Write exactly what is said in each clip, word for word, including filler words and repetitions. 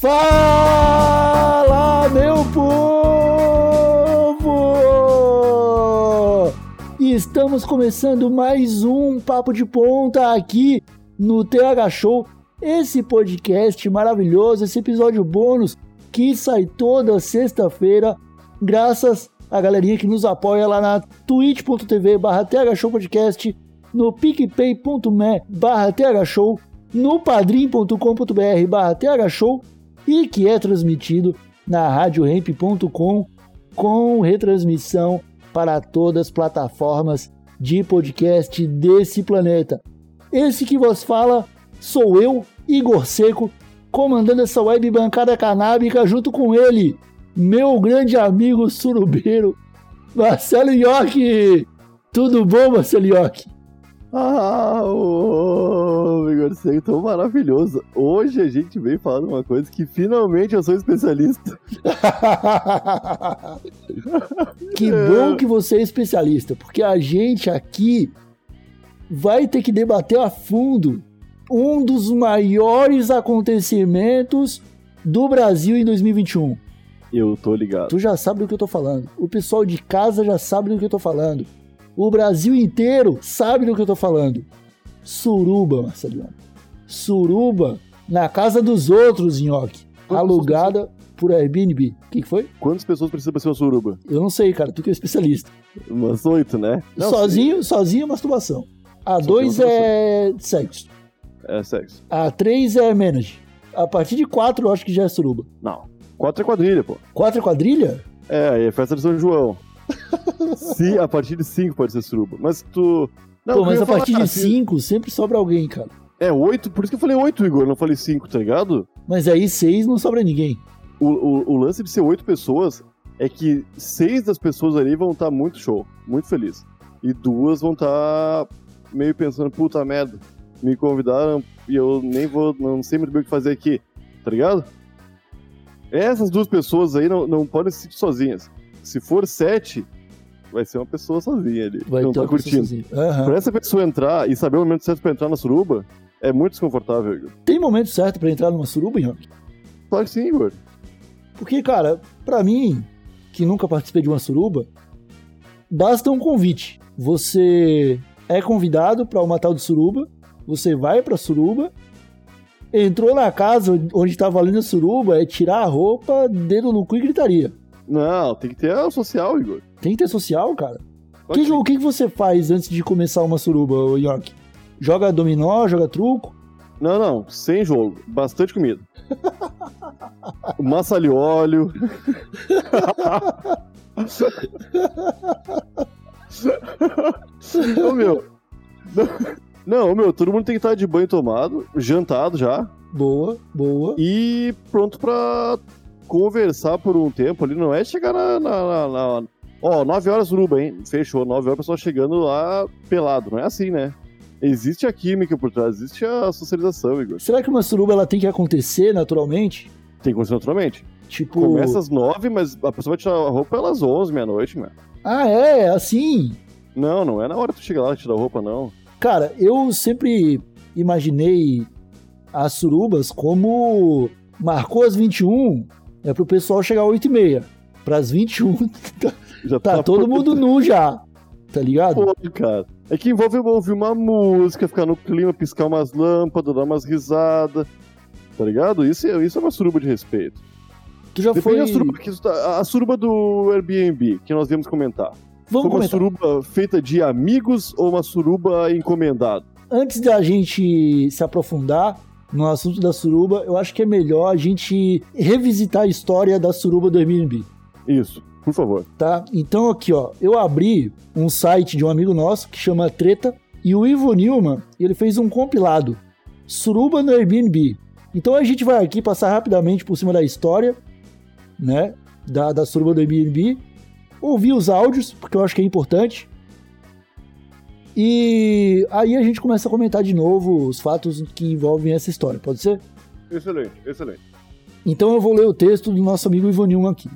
Fala, meu povo! Estamos começando mais um Papo de Ponta aqui no T H Show, esse podcast maravilhoso, esse episódio bônus que sai toda sexta-feira, graças à galerinha que nos apoia lá na twitch.tv barra thshowpodcast, no picpay.me barra thshow, no padrim.com.br barra thshow e que é transmitido na rádio ramp ponto com com retransmissão para todas as plataformas de podcast desse planeta. Esse que vos fala sou eu, Igor Seco, comandando essa web bancada canábica junto com ele, meu grande amigo surubeiro, Marcelo York. Tudo bom, Marcelo York? Ah, ô, Igor Seco, tão maravilhoso. Hoje a gente veio falar de uma coisa que finalmente eu sou especialista. Que bom que você é especialista, porque a gente aqui vai ter que debater a fundo um dos maiores acontecimentos do Brasil em dois mil e vinte e um. Eu tô ligado. Tu já sabe do que eu tô falando. O pessoal de casa já sabe do que eu tô falando. O Brasil inteiro sabe do que eu tô falando. Suruba, Marcelinho. Suruba na casa dos outros, Nhoque. Alugada por Airbnb. O que, que foi? Quantas pessoas precisam pra ser uma suruba? Eu não sei, cara. Tu que é especialista. Umas oito, né? Não, sozinho, sozinho é masturbação. A dois é sexo. É sexo. A três é manage. A partir de quatro eu acho que já é suruba. Não. Quatro é quadrilha, pô. Quatro é quadrilha? É, aí é festa de São João. Sim, a partir de cinco pode ser suruba. Mas tu... Não, Pô, mas a falar, partir cara, de cinco sempre sobra alguém, cara. É, oito, por isso que eu falei oito, Igor, não falei cinco, tá ligado? Mas aí seis não sobra ninguém. O, o, o lance de ser oito pessoas é que seis das pessoas ali vão estar muito show, muito felizes. E duas vão estar meio pensando, puta merda, me convidaram e eu nem vou, não sei muito bem o que fazer aqui, tá ligado? Essas duas pessoas aí não, não podem se sentir sozinhas. Se for sete, vai ser uma pessoa sozinha ali. Vai não ter tá curtindo. Uhum. Pra essa pessoa entrar e saber o momento certo pra entrar na suruba, é muito desconfortável, Igor. Tem momento certo pra entrar numa suruba, Henrique? Claro que sim, Igor. Porque, cara, pra mim, que nunca participei de uma suruba, basta um convite. Você é convidado pra uma tal de suruba, você vai pra suruba, entrou na casa onde tá valendo a suruba, é tirar a roupa, dedo no cu e gritaria. Não, tem que ter a social, Igor. Tem que ter social, cara? Que, o que, que você faz antes de começar uma suruba, York? Joga dominó, joga truco? Não, não, sem jogo. Bastante comida. Massa de óleo. Ô, meu. Não, meu, todo mundo tem que estar de banho tomado, jantado já. Boa, boa. E pronto pra conversar por um tempo ali. Não é chegar na... na, na, na... Ó, nove horas suruba, hein? Fechou, nove horas o pessoal chegando lá pelado. Não é assim, né? Existe a química por trás, existe a socialização, Igor. Será que uma suruba ela tem que acontecer naturalmente? Tem que acontecer naturalmente. Tipo... Começa às nove, mas a pessoa vai tirar a roupa pelas onze, meia-noite, meu. Ah, é? Assim? Não, não é na hora que tu chega lá e tirar a roupa, não. Cara, eu sempre imaginei as surubas como marcou às vinte e uma, é pro pessoal chegar às oito e meia. Pras vinte e uma, já tá, tá todo mundo nu já, tá ligado? Pô, cara, é que envolve ouvir uma música, ficar no clima, piscar umas lâmpadas, dar umas risadas, tá ligado? Isso é, isso é uma suruba de respeito. Tu já Depende foi... da suruba, que, a suruba do Airbnb, que nós viemos comentar. Vamos Foi uma comentar. Suruba feita de amigos ou uma suruba encomendada? Antes da gente se aprofundar no assunto da suruba, eu acho que é melhor a gente revisitar a história da suruba do Airbnb. Isso, por favor. Tá? Então aqui, ó, eu abri um site de um amigo nosso que chama Treta, e o Ivo Nilman, ele fez um compilado, Suruba no Airbnb. Então a gente vai aqui passar rapidamente por cima da história, né, da, da suruba do Airbnb, ouvir os áudios, porque eu acho que é importante, e aí a gente começa a comentar de novo os fatos que envolvem essa história, pode ser? Excelente, excelente. Então eu vou ler o texto do nosso amigo Ivo Nilman aqui.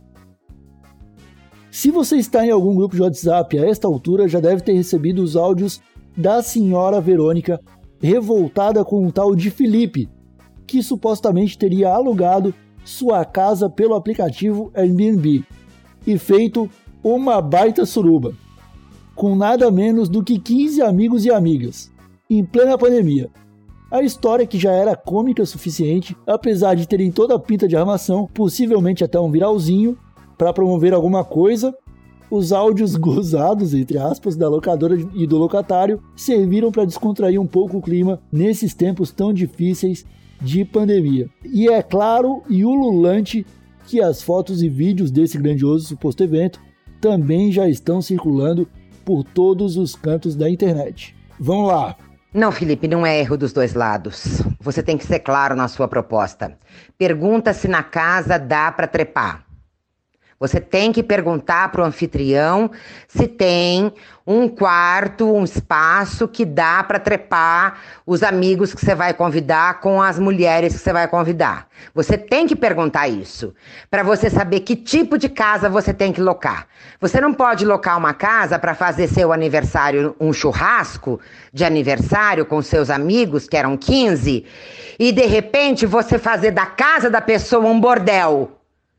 Se você está em algum grupo de WhatsApp a esta altura, já deve ter recebido os áudios da senhora Verônica, revoltada com um tal de Felipe, que supostamente teria alugado sua casa pelo aplicativo Airbnb e feito uma baita suruba, com nada menos do que quinze amigos e amigas, em plena pandemia. A história, que já era cômica o suficiente, apesar de terem toda a pinta de armação, possivelmente até um viralzinho, para promover alguma coisa, os áudios gozados, entre aspas, da locadora e do locatário serviram para descontrair um pouco o clima nesses tempos tão difíceis de pandemia. E é claro e ululante que as fotos e vídeos desse grandioso suposto evento também já estão circulando por todos os cantos da internet. Vamos lá! Não, Felipe, não é erro dos dois lados. Você tem que ser claro na sua proposta. Pergunta se na casa dá para trepar. Você tem que perguntar para o anfitrião se tem um quarto, um espaço que dá para trepar os amigos que você vai convidar com as mulheres que você vai convidar. Você tem que perguntar isso, para você saber que tipo de casa você tem que locar. Você não pode locar uma casa para fazer seu aniversário, um churrasco de aniversário com seus amigos, que eram quinze, e de repente você fazer da casa da pessoa um bordel.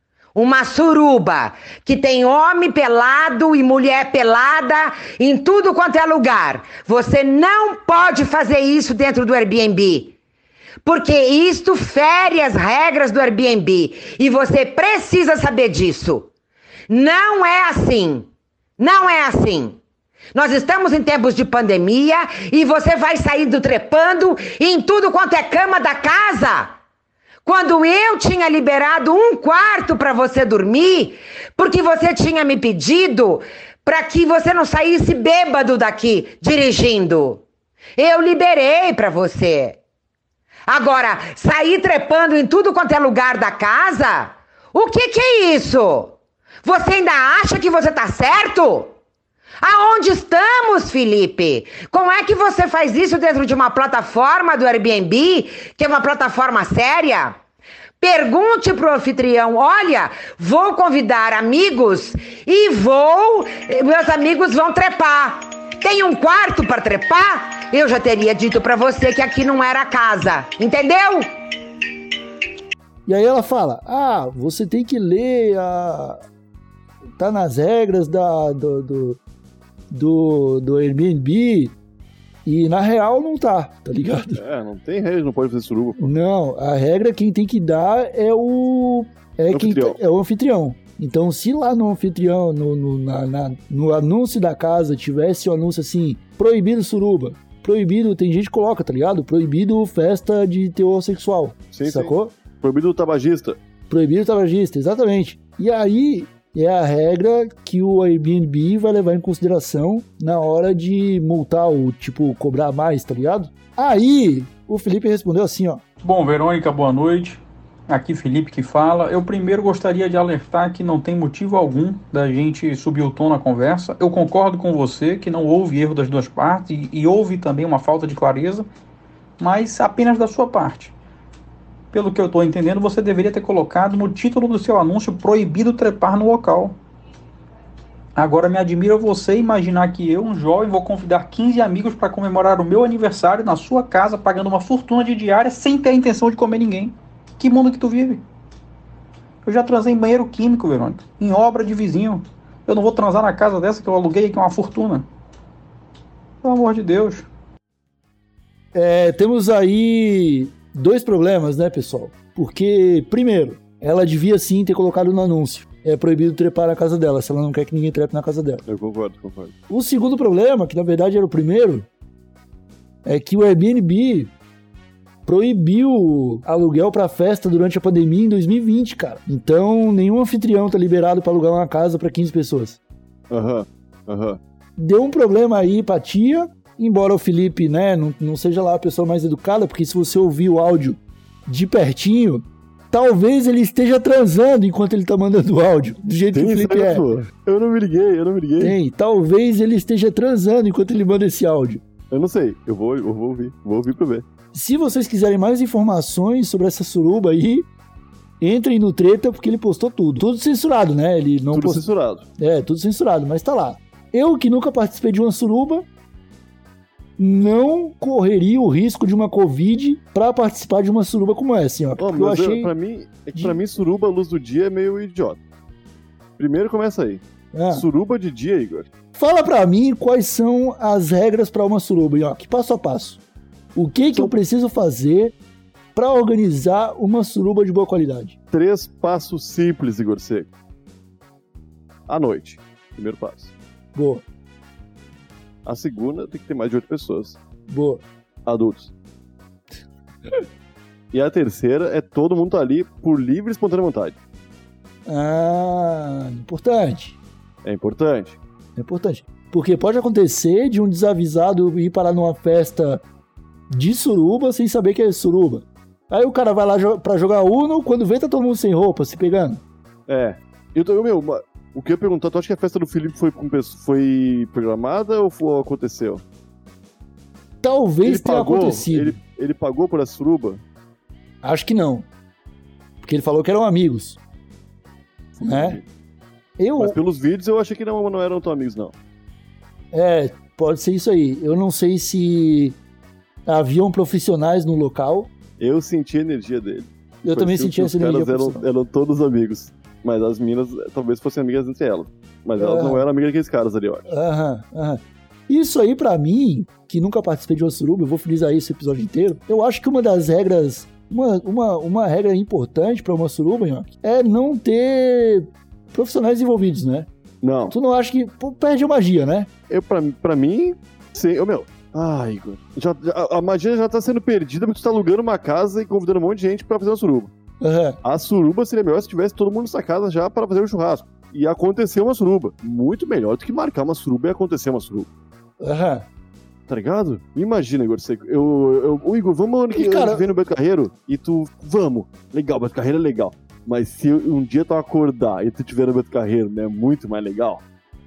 Uma suruba, que tem homem pelado e mulher pelada em tudo quanto é lugar. Você não pode fazer isso dentro do Airbnb. Porque isto fere as regras do Airbnb. E você precisa saber disso. Não é assim. Não é assim. Nós estamos em tempos de pandemia e você vai sair do trepando em tudo quanto é cama da casa. Quando eu tinha liberado um quarto para você dormir, porque você tinha me pedido para que você não saísse bêbado daqui, dirigindo. Eu liberei para você. Agora, sair trepando em tudo quanto é lugar da casa? O que que é isso? Você ainda acha que você tá certo? Aonde estamos, Felipe? Como é que você faz isso dentro de uma plataforma do Airbnb, que é uma plataforma séria? Pergunte pro anfitrião, olha, vou convidar amigos e vou, meus amigos vão trepar. Tem um quarto para trepar? Eu já teria dito para você que aqui não era casa, entendeu? E aí ela fala, ah, você tem que ler a... tá nas regras da, do, do, do, do Airbnb, e na real não tá, tá ligado? É, não tem regra, não pode fazer suruba. Pô. Não, a regra quem tem que dar é o... É, quem anfitrião. é o anfitrião. Então, se lá no anfitrião, no, no, na, na, no anúncio da casa, tivesse o um anúncio assim, proibido suruba, proibido, tem gente que coloca, tá ligado? Proibido festa de teor sexual, sim, sacou? Sim. Proibido tabagista. Proibido tabagista, exatamente. E aí é a regra que o Airbnb vai levar em consideração na hora de multar ou, tipo, cobrar mais, tá ligado? Aí o Felipe respondeu assim, ó. Bom, Verônica, boa noite. Aqui Felipe que fala. Eu primeiro gostaria de alertar que não tem motivo algum da gente subir o tom na conversa. Eu concordo com você que não houve erro das duas partes e, e houve também uma falta de clareza, mas apenas da sua parte. Pelo que eu estou entendendo, você deveria ter colocado no título do seu anúncio proibido trepar no local. Agora me admira você imaginar que eu, um jovem, vou convidar quinze amigos para comemorar o meu aniversário na sua casa, pagando uma fortuna de diária sem ter a intenção de comer ninguém. Que mundo que tu vive? Eu já transei em banheiro químico, Verônica, em obra de vizinho. Eu não vou transar na casa dessa que eu aluguei, que é uma fortuna. Pelo amor de Deus. É, temos aí dois problemas, né, pessoal? Porque, primeiro, ela devia sim ter colocado no anúncio. É proibido trepar na casa dela, se ela não quer que ninguém trepe na casa dela. Eu concordo, concordo. O segundo problema, que na verdade era o primeiro, é que o Airbnb proibiu aluguel pra festa durante a pandemia em dois mil e vinte, cara. Então, nenhum anfitrião tá liberado pra alugar uma casa pra quinze pessoas. Aham, uhum, aham. Uhum. Deu um problema aí pra tia, embora o Felipe, né, não, não seja lá a pessoa mais educada, porque se você ouvir o áudio de pertinho, talvez ele esteja transando enquanto ele tá mandando o áudio, do jeito Tem que o Felipe é. Pô. Eu não me liguei, eu não me liguei. Tem, talvez ele esteja transando enquanto ele manda esse áudio. Eu não sei, eu vou, eu vou ouvir, vou ouvir pra ver. Se vocês quiserem mais informações sobre essa suruba aí, entrem no Treta, porque ele postou tudo. Tudo censurado, né? Ele não tudo post... censurado. É, tudo censurado, mas tá lá. Eu, que nunca participei de uma suruba, não correria o risco de uma Covid pra participar de uma suruba como essa, ó. Oh, eu mas achei... eu, pra, mim, é que pra mim, suruba à luz do dia é meio idiota. Primeiro começa aí. Ah. Suruba de dia, Igor. Fala pra mim quais são as regras pra uma suruba, ó. Que passo a passo. O que, que São... eu preciso fazer pra organizar uma suruba de boa qualidade? Três passos simples, Igor Seco. À noite. Primeiro passo. Boa. A segunda tem que ter mais de oito pessoas. Boa. Adultos. E a terceira é todo mundo tá ali por livre e espontânea vontade. Ah, importante. É importante. É importante. Porque pode acontecer de um desavisado ir parar numa festa de suruba sem saber que é suruba. Aí o cara vai lá jo- pra jogar Uno, quando vê tá todo mundo sem roupa, se pegando. É. Eu tô, meu, uma- o que eu ia perguntar, tu acha que a festa do Felipe foi, com pesso- foi programada ou foi- aconteceu? Talvez Ele tenha pagou, acontecido. ele, ele pagou por essa suruba? Acho que não. Porque ele falou que eram amigos. Né? Eu... Mas pelos vídeos eu achei que não, não eram tão amigos, não. É, pode ser isso aí. Eu não sei se haviam profissionais no local. Eu senti a energia dele. Eu também Parecia senti que essa os energia caras eram, profissional. eram todos amigos. Mas as minas talvez fossem amigas entre elas. Mas elas Ah. não eram amigas daqueles caras ali, eu acho. Aham, aham. Isso aí, pra mim, que nunca participei de uma suruba, eu vou frisar isso o episódio inteiro, eu acho que uma das regras, uma, uma, uma regra importante pra uma suruba, Nhoque, é não ter profissionais envolvidos, né? Não. Tu não acha que pô, perde a magia, né? Eu, pra, pra mim, sim. Eu, meu. Ai, Igor. Já, já- a magia já tá sendo perdida porque tu tá alugando uma casa e convidando um monte de gente pra fazer uma suruba. Aham. A suruba seria melhor se tivesse todo mundo nessa casa já para fazer um churrasco. E acontecer uma suruba. Muito melhor do que marcar uma suruba e acontecer uma suruba. Aham. Tá ligado? Imagina, Igor. Você, eu, eu, o Igor, vamos ano que, E, cara- ano que vem no Beto Carreiro? E tu, vamos. Legal, Beto Carreiro é legal. Mas se um dia tu acordar e tu tiver no Beto Carreiro, né? Muito mais legal.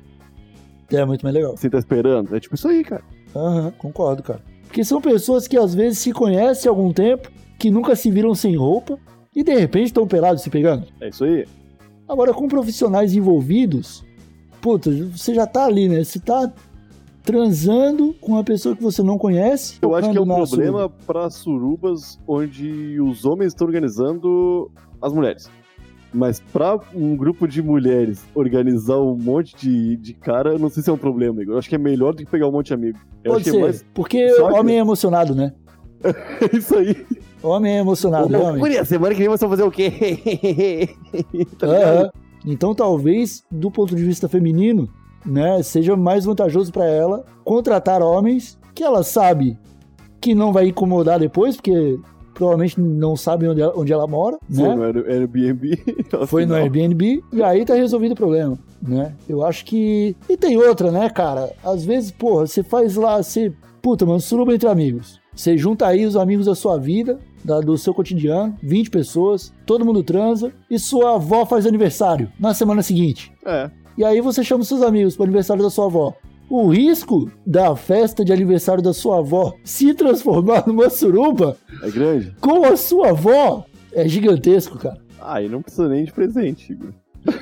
É muito mais legal. Você tá esperando. É tipo isso aí, cara. Aham, concordo, cara. Porque são pessoas que às vezes se conhecem há algum tempo, que nunca se viram sem roupa, e de repente estão pelados se pegando. É isso aí. Agora, com profissionais envolvidos, puta, você já tá ali, né? Você tá transando com uma pessoa que você não conhece. Eu acho que é um tocando na problema suruba. para surubas onde os homens estão organizando as mulheres. Mas pra um grupo de mulheres organizar um monte de, de cara, eu não sei se é um problema, Igor. Eu acho que é melhor do que pegar um monte de amigo. Eu Pode acho ser, que é mais... porque Só que- homem é emocionado, né? É isso aí. Homem é emocionado, realmente. Guria, semana que vem vocês vão fazer o quê? Tá ligado? Aham. Então, talvez, do ponto de vista feminino, né, seja mais vantajoso pra ela contratar homens que ela sabe que não vai incomodar depois, porque provavelmente não sabe onde ela, onde ela mora, Foi né? no Air- Airbnb. Foi no Airbnb e aí tá resolvido o problema, né? Eu acho que... E tem outra, né, cara? Às vezes, porra, você faz lá, você... Puta, mano, suruba entre amigos. Você junta aí os amigos da sua vida, da- do seu cotidiano, vinte pessoas, todo mundo transa, e sua avó faz aniversário na semana seguinte. É. E aí você chama os seus amigos para o aniversário da sua avó. O risco da festa de aniversário da sua avó se transformar numa suruba É grande? com a sua avó é gigantesco, cara. Ah, e não precisa nem de presente, Igor.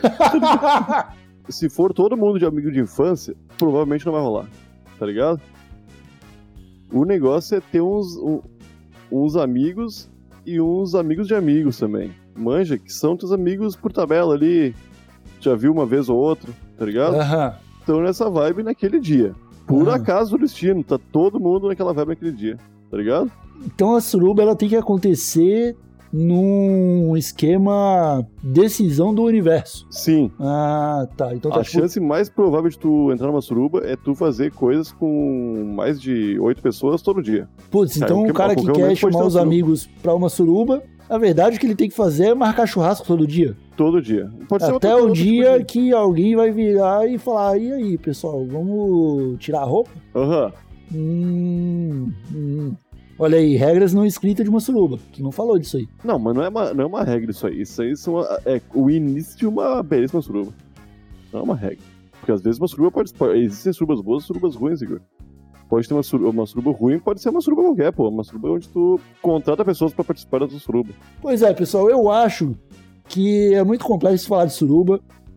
Se for todo mundo de amigo de infância, provavelmente não vai rolar. Tá ligado? O negócio é ter uns, um- uns amigos e uns amigos de amigos também. Manja, que são teus amigos por tabela ali. Já viu uma vez ou outra, tá ligado? Aham. Estão nessa vibe naquele dia. Por Aham. acaso do destino, tá todo mundo naquela vibe naquele dia, tá ligado? Então a suruba ela tem que acontecer num esquema decisão do universo. Sim. Ah, tá. Então tá A tipo, chance mais provável de tu entrar numa suruba é tu fazer coisas com mais de oito pessoas todo dia. putz, Cara, então porque o cara a que qualquer quer momento pode chamar ter os uma suruba. amigos pra uma suruba, a verdade o que ele tem que fazer é marcar churrasco todo dia. Todo dia. Pode ser Até outra- o outro tipo dia de- que alguém vai virar e falar, e aí, pessoal, vamos tirar a roupa? Aham. Hum, hum. Olha aí, regras não escritas de uma suruba. Tu não falou disso aí. Não, mas não é, uma, não é uma regra isso aí. Isso aí são a- é o início de uma belíssima suruba. Não é uma regra. Porque às vezes uma suruba pode... pode- existem surubas boas e surubas ruins, Igor. Pode ter uma suruba, uma suruba ruim, pode ser uma suruba qualquer, pô. Uma suruba onde tu contrata pessoas pra participar da tua suruba. Pois é, pessoal, eu acho que é muito complexo falar de suruba.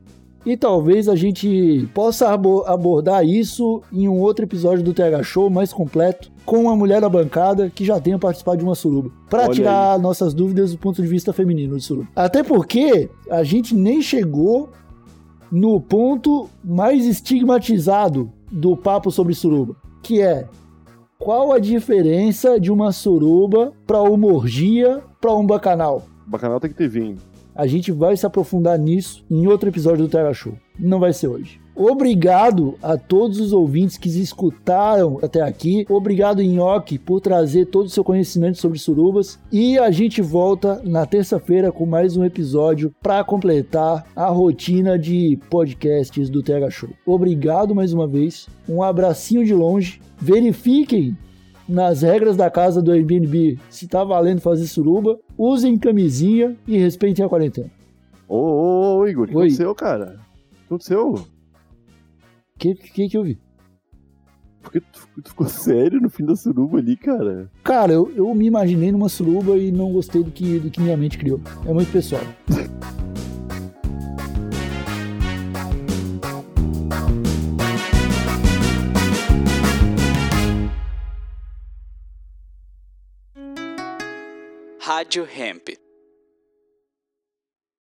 E talvez a gente possa abordar isso em um outro episódio do T H Show mais completo, com uma mulher da bancada que já tenha participado de uma suruba, para tirar aí nossas dúvidas do ponto de vista feminino de suruba. Até porque a gente nem chegou no ponto mais estigmatizado do papo sobre suruba, que é: qual a diferença de uma suruba para uma orgia, para um bacanal? Bacanal tem que ter vinho. A gente vai se aprofundar nisso em outro episódio do T H Show. Não vai ser hoje. Obrigado a todos os ouvintes que escutaram até aqui. Obrigado, Nhoque, por trazer todo o seu conhecimento sobre surubas. E a gente volta na terça-feira com mais um episódio para completar a rotina de podcasts do T H Show. Obrigado mais uma vez. Um abracinho de longe. Verifiquem nas regras da casa do Airbnb se tá valendo fazer suruba. Usem camisinha e respeitem a quarentena. Ô, ô, ô, Igor, o que Oi. aconteceu, cara? O que aconteceu? O que, que que eu vi? Por que tu, tu ficou sério no fim da suruba ali, cara? Cara, eu, eu me imaginei numa suruba e não gostei do que, do que minha mente criou. É muito pessoal. Rádio Hemp.